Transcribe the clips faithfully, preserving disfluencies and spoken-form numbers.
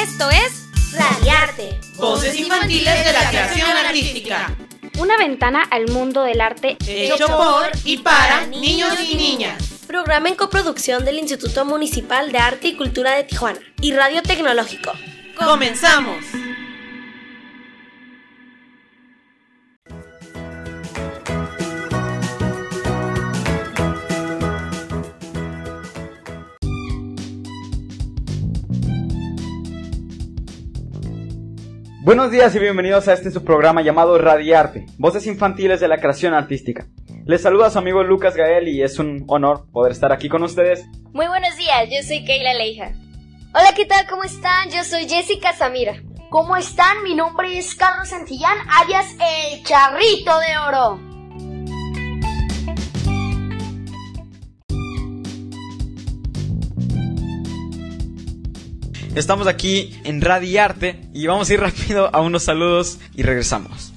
Esto es Radiarte, voces infantiles de la creación artística. Una ventana al mundo del arte hecho por y para niños y niñas. Programa en coproducción del Instituto Municipal de Arte y Cultura de Tijuana y Radio Tecnológico. ¡Comenzamos! Buenos días y bienvenidos a este su programa llamado Radiarte, voces infantiles de la creación artística. Les saluda su amigo Lucas Gael y es un honor poder estar aquí con ustedes. Muy buenos días, yo soy Keila Leija. Hola, ¿qué tal? ¿Cómo están? Yo soy Jessica Samira. ¿Cómo están? Mi nombre es Carlos Santillán, alias El Charrito de Oro. Estamos aquí en Radiarte y vamos a ir rápido a unos saludos y regresamos.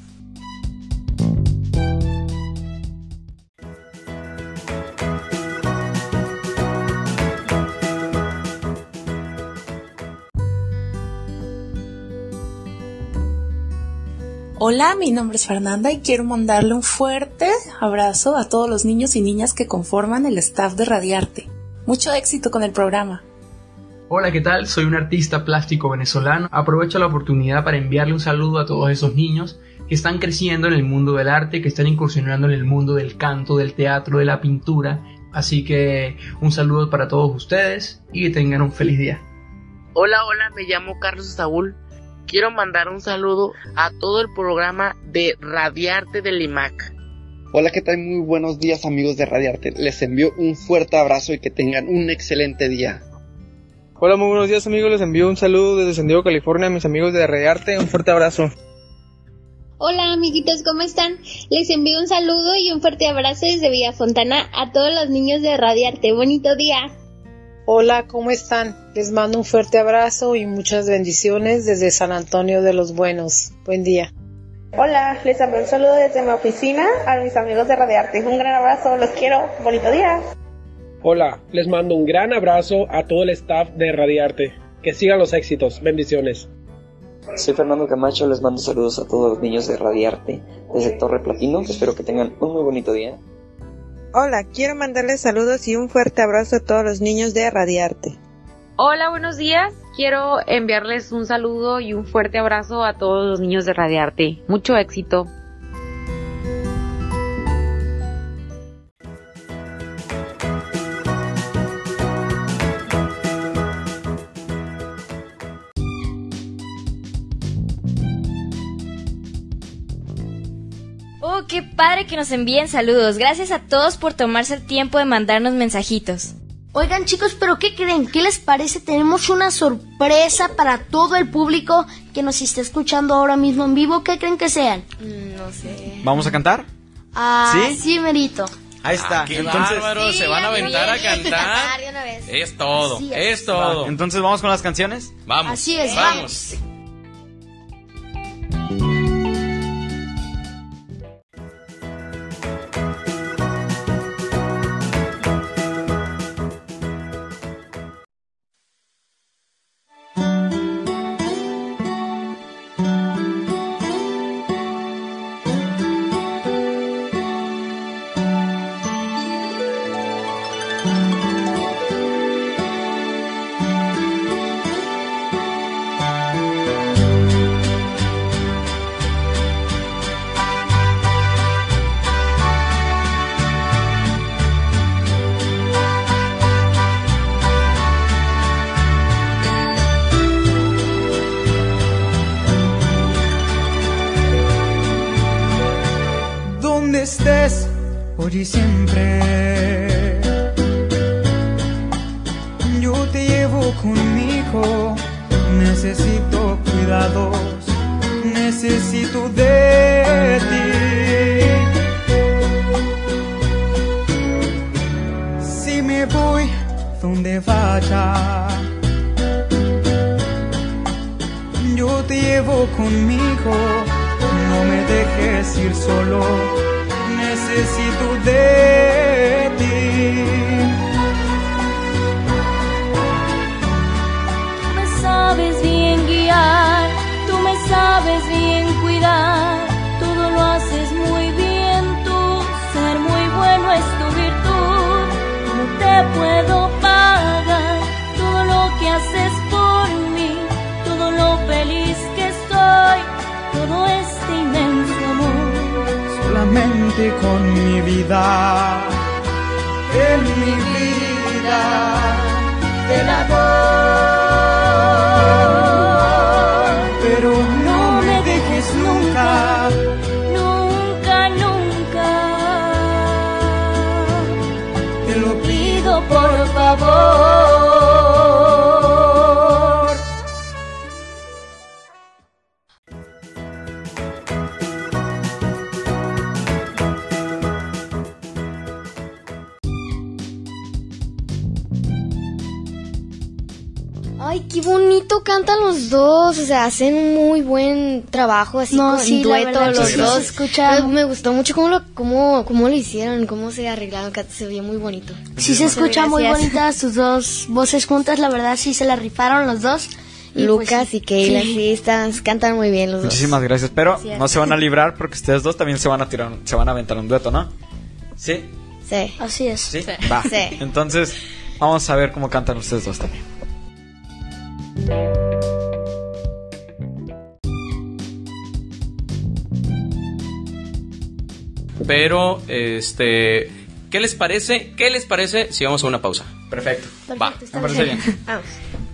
Hola, mi nombre es Fernanda y quiero mandarle un fuerte abrazo a todos los niños y niñas que conforman el staff de Radiarte. Mucho éxito con el programa. Hola, ¿qué tal? Soy un artista plástico venezolano. Aprovecho la oportunidad para enviarle un saludo a todos esos niños que están creciendo en el mundo del arte, que están incursionando en el mundo del canto, del teatro, de la pintura. Así que un saludo para todos ustedes y que tengan un feliz día. Hola, hola, me llamo Carlos Saúl. Quiero mandar un saludo a todo el programa de Radiarte del I M A C. Hola, ¿qué tal? Muy buenos días, amigos de Radiarte. Les envío un fuerte abrazo y que tengan un excelente día. Hola, muy buenos días, amigos. Les envío un saludo desde San Diego, California, a mis amigos de Radiarte. Un fuerte abrazo. Hola, amiguitos, ¿cómo están? Les envío un saludo y un fuerte abrazo desde Villa Fontana a todos los niños de Radiarte. ¡Bonito día! Hola, ¿cómo están? Les mando un fuerte abrazo y muchas bendiciones desde San Antonio de los Buenos. Buen día. Hola, les envío un saludo desde mi oficina a mis amigos de Radiarte. Un gran abrazo, los quiero. Bonito día. Hola, les mando un gran abrazo a todo el staff de Radiarte. Que sigan los éxitos. Bendiciones. Soy Fernando Camacho, les mando saludos a todos los niños de Radiarte desde Torre Platino. Espero que tengan un muy bonito día. Hola, quiero mandarles saludos y un fuerte abrazo a todos los niños de Radiarte. Hola, buenos días. Quiero enviarles un saludo y un fuerte abrazo a todos los niños de Radiarte. Mucho éxito. ¡Oh, qué padre que nos envíen saludos! Gracias a todos por tomarse el tiempo de mandarnos mensajitos. Oigan, chicos, ¿pero qué creen? ¿Qué les parece? Tenemos una sorpresa para todo el público que nos está escuchando ahora mismo en vivo. ¿Qué creen que sean? No sé. ¿Vamos a cantar? Ah, ¿Sí? Sí, merito. Ahí está. Ah, ¡qué entonces, bárbaro! Sí, ¿Se van a aventar a bien. cantar? De una vez. Es todo, Así es, es. todo. Va, entonces, ¿vamos con las canciones? Vamos. Así es, vamos. vamos. Estés hoy y siempre, yo te llevo conmigo. Necesito cuidados, necesito de ti. Si me voy donde vaya, yo te llevo conmigo. No me dejes ir solo, necesito de ti. Tú me sabes bien Ay, qué bonito cantan los dos, o sea, hacen un muy buen trabajo, así No, con sí, la dueto verdad, los sí, dos. se escucha- Me, me gustó mucho cómo lo, cómo, cómo lo hicieron, cómo se arreglaron, que se veía muy bonito. Sí se Muchas escucha muy gracias. bonitas sus dos voces juntas, la verdad sí se la rifaron los dos. Y Lucas pues, y Keila, sí. sí, están, cantan muy bien los dos. Muchísimas gracias, pero Gracias. no se van a librar porque ustedes dos también se van a tirar, se van a aventar un dueto, ¿no? ¿Sí? Sí. Así es. ¿Sí? Sí. Va. Sí. Entonces, vamos a ver cómo cantan ustedes dos también. Pero, este, ¿qué les parece? ¿Qué les parece si vamos a una pausa? Perfecto. Va. Me parece bien. Vamos.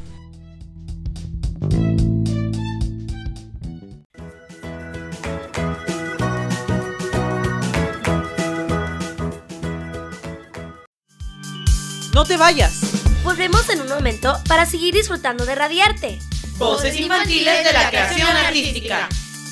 No te vayas. Volvemos en un momento para seguir disfrutando de Radiarte. Voces infantiles de la creación artística.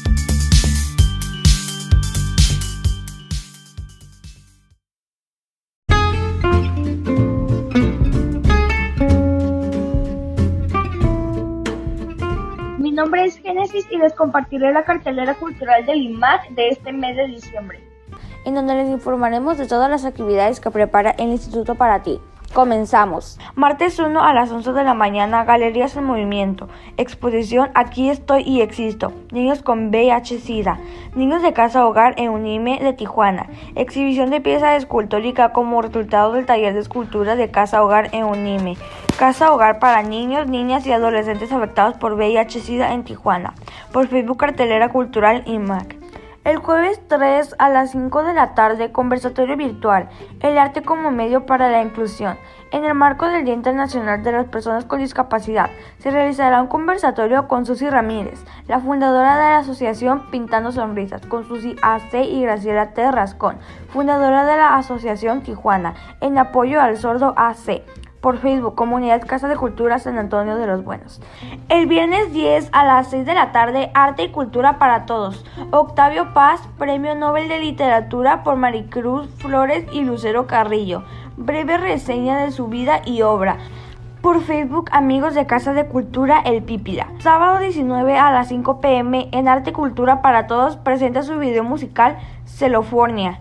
Mi nombre es Génesis y les compartiré la cartelera cultural del I M A C de este mes de diciembre, en donde les informaremos de todas las actividades que prepara el Instituto para ti. Comenzamos. Martes uno a las once de la mañana, Galerías en Movimiento. Exposición Aquí estoy y existo. Niños con V I H SIDA. Niños de Casa Hogar en Unime de Tijuana. Exhibición de pieza escultórica como resultado del taller de escultura de Casa Hogar en Unime. Casa Hogar para niños, niñas y adolescentes afectados por V I H SIDA en Tijuana. Por Facebook Cartelera Cultural I M A C. El jueves tres a las cinco de la tarde, conversatorio virtual, el arte como medio para la inclusión. En el marco del Día Internacional de las Personas con Discapacidad, se realizará un conversatorio con Susi Ramírez, la fundadora de la asociación Pintando Sonrisas, con Susi A C y Graciela T. Rascón, fundadora de la asociación Tijuana, en apoyo al sordo A C. Por Facebook, Comunidad Casa de Cultura San Antonio de los Buenos. El viernes diez a las seis de la tarde, Arte y Cultura para Todos. Octavio Paz, Premio Nobel de Literatura por Maricruz Flores y Lucero Carrillo. Breve reseña de su vida y obra. Por Facebook, Amigos de Casa de Cultura El Pípila. Sábado diecinueve a las cinco pe eme, en Arte y Cultura para Todos, presenta su video musical Celofornia.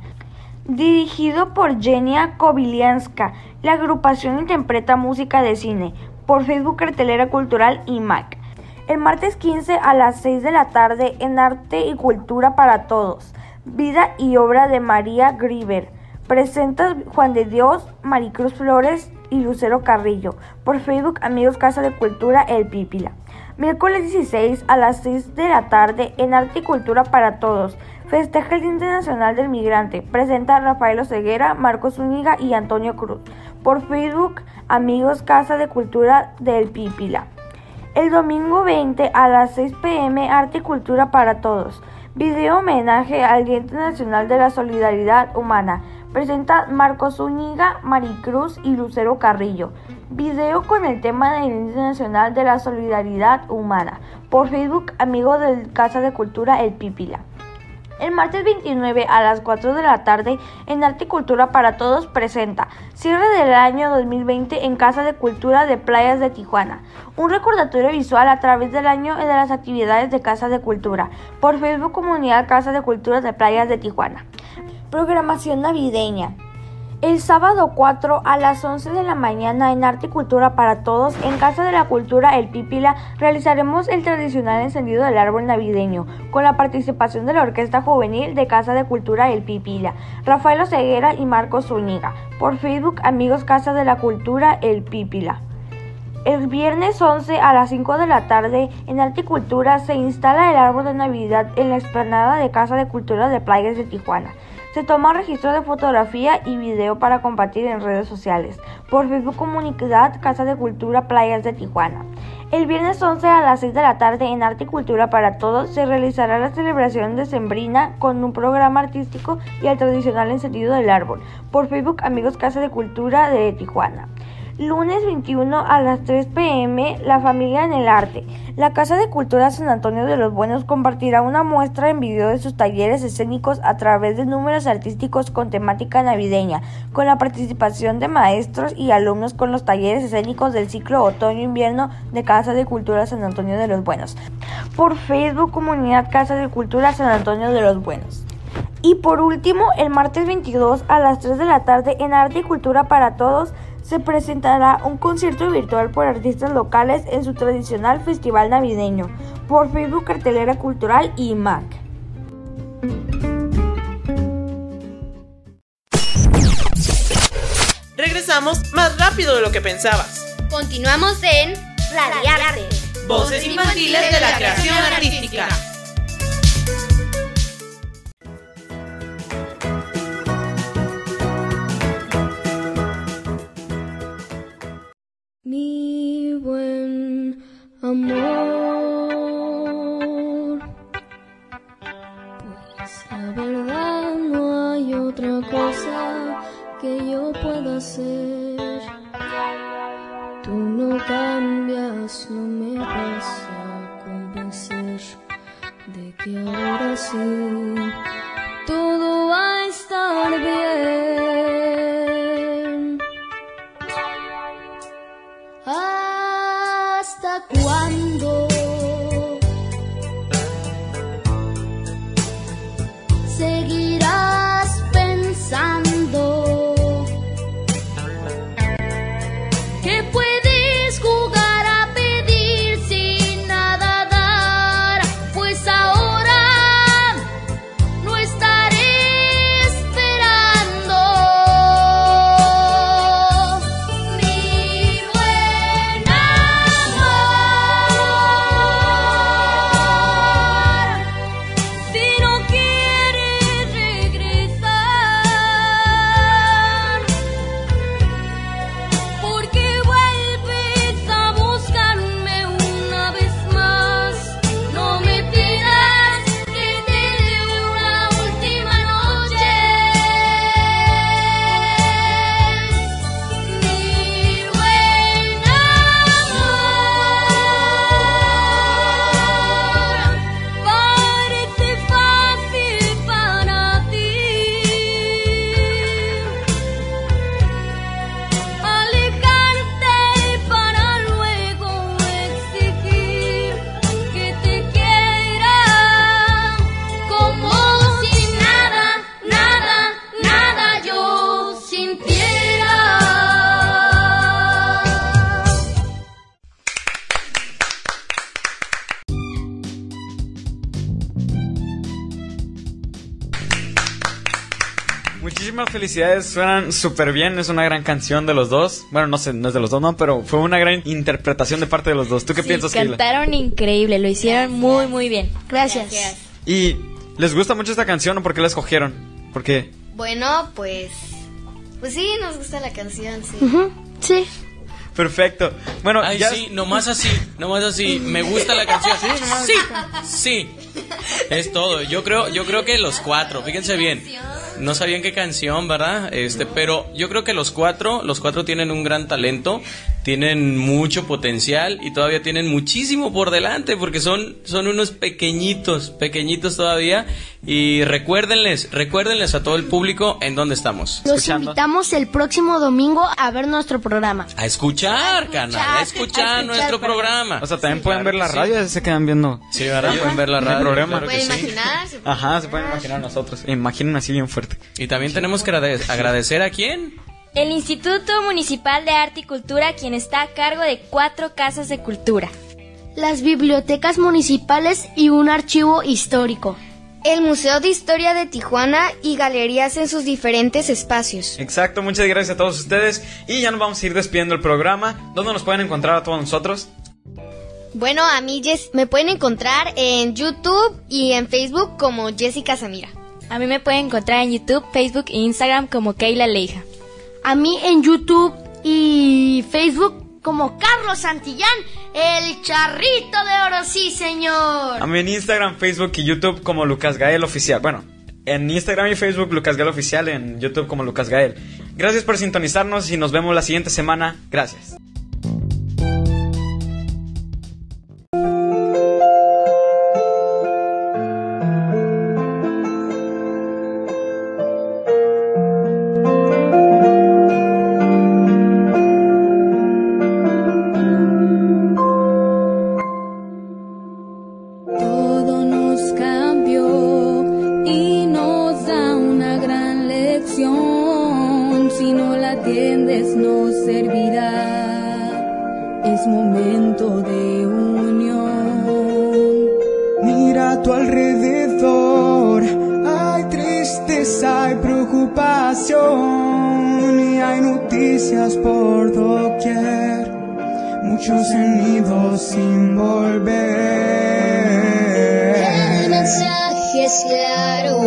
Dirigido por Genia Kobilianska, la agrupación interpreta música de cine. Por Facebook Cartelera Cultural I M A C. El martes quince a las seis de la tarde, en Arte y Cultura para Todos, Vida y obra de María Grieber. Presenta Juan de Dios, Maricruz Flores y Lucero Carrillo. Por Facebook Amigos Casa de Cultura El Pípila. Miércoles dieciséis a las seis de la tarde, en Arte y Cultura para Todos, festeja el Día Internacional del Migrante. Presenta Rafael Oseguera, Marcos Zúñiga y Antonio Cruz. Por Facebook, Amigos Casa de Cultura del Pípila. El domingo veinte a las seis pe eme, Arte y Cultura para Todos. Video homenaje al Día Internacional de la Solidaridad Humana. Presenta Marcos Zúñiga, Maricruz y Lucero Carrillo. Video con el tema del Día Internacional de la Solidaridad Humana. Por Facebook, Amigo de Casa de Cultura El Pípila. El martes veintinueve a las cuatro de la tarde, en Arte y Cultura para Todos, presenta Cierre del año dos mil veinte en Casa de Cultura de Playas de Tijuana. Un recordatorio visual a través del año de las actividades de Casa de Cultura. Por Facebook Comunidad Casa de Cultura de Playas de Tijuana. Programación navideña. El sábado cuatro a las once de la mañana, en Arte y Cultura para Todos, en Casa de la Cultura El Pípila, realizaremos el tradicional encendido del árbol navideño, con la participación de la Orquesta Juvenil de Casa de Cultura El Pípila, Rafael Oseguera y Marcos Zúñiga. Por Facebook, Amigos Casa de la Cultura El Pípila. El viernes once a las cinco de la tarde, en Arte y Cultura, se instala el árbol de Navidad en la explanada de Casa de Cultura de Playas de Tijuana. Se toma registro de fotografía y video para compartir en redes sociales. Por Facebook Comunidad Casa de Cultura Playas de Tijuana. El viernes once a las seis de la tarde, en Arte y Cultura para Todos, se realizará la celebración decembrina con un programa artístico y el tradicional encendido del árbol. Por Facebook Amigos Casa de Cultura de Tijuana. Lunes veintiuno a las tres pe eme, La Familia en el Arte. La Casa de Cultura San Antonio de los Buenos compartirá una muestra en video de sus talleres escénicos a través de números artísticos con temática navideña, con la participación de maestros y alumnos con los talleres escénicos del ciclo otoño-invierno de Casa de Cultura San Antonio de los Buenos. Por Facebook, Comunidad Casa de Cultura San Antonio de los Buenos. Y por último, el martes veintidós a las tres de la tarde en Arte y Cultura para Todos se presentará un concierto virtual por artistas locales en su tradicional festival navideño, por Facebook Cartelera Cultural y M A C. Regresamos más rápido de lo que pensabas. Continuamos en Radiarte. Voces infantiles de la creación artística. Mi buen amor, pues la verdad no hay otra cosa que yo pueda hacer. Tú no cambias, no me vas a convencer de que ahora sí todo va a estar bien. ¿Hasta cuándo seguirás pensando que puedes jugar a pedir sin nada dar? Pues ahora no estaré esperando. Mi buen amor, si no quieres regresar, porque vuelves a buscarme una vez más, no me pidas que te dé una última noche. Mi buen amor, parece fácil para ti alejarte para luego exigir que te quiera como si nada, nada, nada yo sintiera. Muchísimas felicidades, suenan súper bien, es una gran canción de los dos. Bueno, no sé, no es de los dos, no, pero fue una gran interpretación de parte de los dos. ¿Tú qué Sí, piensas, Keila? cantaron increíble, lo hicieron muy, muy bien. Gracias. ¿Y les gusta mucho esta canción o por qué la escogieron? Porque Bueno, pues... Pues sí, nos gusta la canción, sí. Sí. perfecto. Bueno, Ay, ya sí, nomás así, nomás así. Me gusta la canción. Sí, sí. Es todo. Yo creo, yo creo que los cuatro, fíjense bien. No sabían qué canción, ¿verdad? Este, pero yo creo que los cuatro, los cuatro tienen un gran talento, tienen mucho potencial y todavía tienen muchísimo por delante porque son, son unos pequeñitos, pequeñitos todavía. Y recuérdenles, recuérdenles a todo el público en dónde estamos. Los invitamos el próximo domingo a ver nuestro programa. A escuchar, canal, a escuchar nuestro programa. O sea, también pueden ver la radio, ya se quedan viendo. Sí, ¿verdad? Pueden ver la No hay radio. problema. claro que sí. Imaginar, se Ajá, se pueden imaginar nosotros. Imaginen así bien fuerte. Y también tenemos que agrade- agradecer a quién. El Instituto Municipal de Arte y Cultura, quien está a cargo de cuatro casas de cultura. Las bibliotecas municipales y un archivo histórico. El Museo de Historia de Tijuana y galerías en sus diferentes espacios. Exacto, muchas gracias a todos ustedes. Y ya nos vamos a ir despidiendo el programa. ¿Dónde nos pueden encontrar a todos nosotros? Bueno, a mí Jess, me pueden encontrar en YouTube y en Facebook como Jessica Samira. A mí me pueden encontrar en YouTube, Facebook e Instagram como Keila Leija. A mí en YouTube y Facebook como Carlos Santillán, el charrito de oro, sí señor. A mí en Instagram, Facebook y YouTube como Lucas Gael Oficial. Bueno, en Instagram y Facebook Lucas Gael Oficial, en YouTube como Lucas Gael. Gracias por sintonizarnos y nos vemos la siguiente semana. Gracias. es momento de unión. Mira a tu alrededor, hay tristeza, hay preocupación y hay noticias por doquier, muchos han ido sin volver. El mensaje es claro,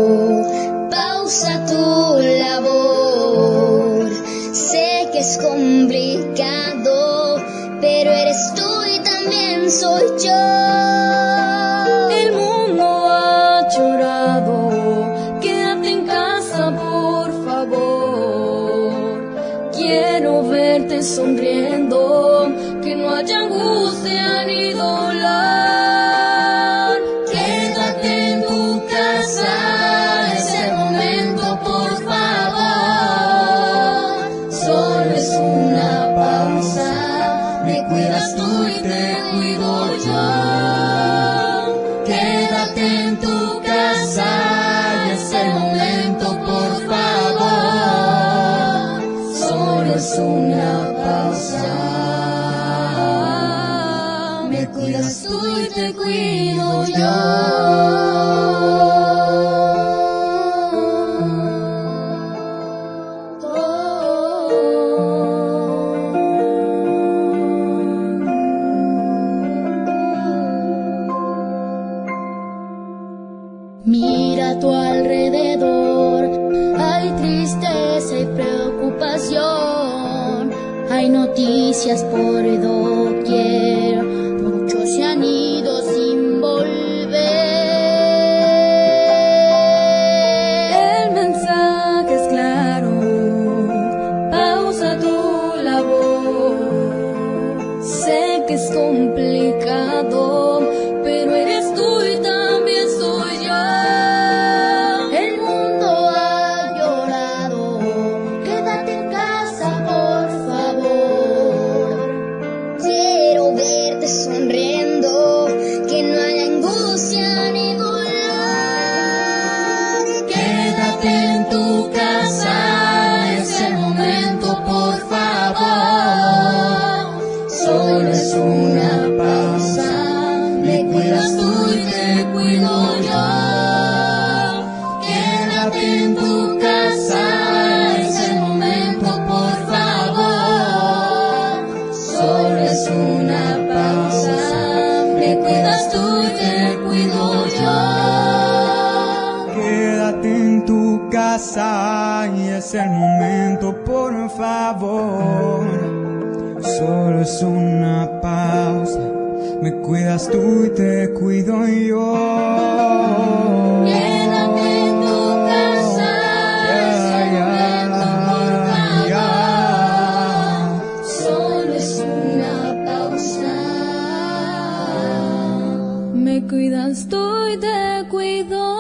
pausa tu labor. Sé que es complicado, pero eres tú y también soy yo. El mundo ha llorado, quédate en casa por favor. Quiero verte sonriendo, que no haya angustia ni dolor. Quédate en tu casa, es el momento por favor. Solo es una pausa, me cuidas tú y te cuido yo. Quédate en tu casa, es el momento por favor. Solo es una pausa, me cuidas tú y te cuido yo. Mira a tu alrededor, hay tristeza y preocupación, hay noticias por doquier, muchos se han ido sin volver. El mensaje es claro, pausa tu labor. Sé que es complicado, pero eres tú y también soy yo. El mundo ha llorado, quédate en casa por favor. Quiero verte sonriendo, que no haya angustia ni dolor. Quédate en tu casa, es el momento por favor. Solo es una pausa, me cuidas tú y te cuido yo. Quédate en tu casa, es el momento por favor. Solo es una pausa, me cuidas tú y te cuido yo. Quédate en tu casa y es el momento, por favor. Solo es una pausa, me cuidas tú y te cuido yo. Quédate en tu casa, es el momento por favor. Solo es una pausa, me cuidas tú y te cuido yo.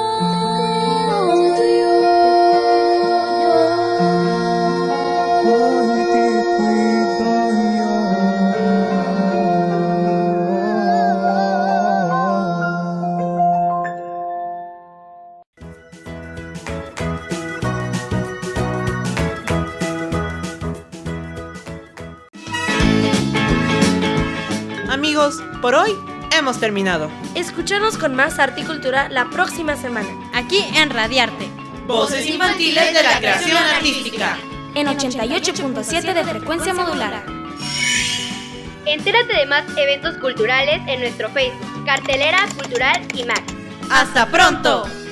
Amigos, por hoy hemos terminado. Escúchanos con más arte y cultura la próxima semana, aquí en Radiarte. Voces infantiles de la creación artística. En ochenta y ocho punto siete de frecuencia modulada. Entérate de más eventos culturales en nuestro Facebook, Cartelera Cultural I M A C. ¡Hasta pronto!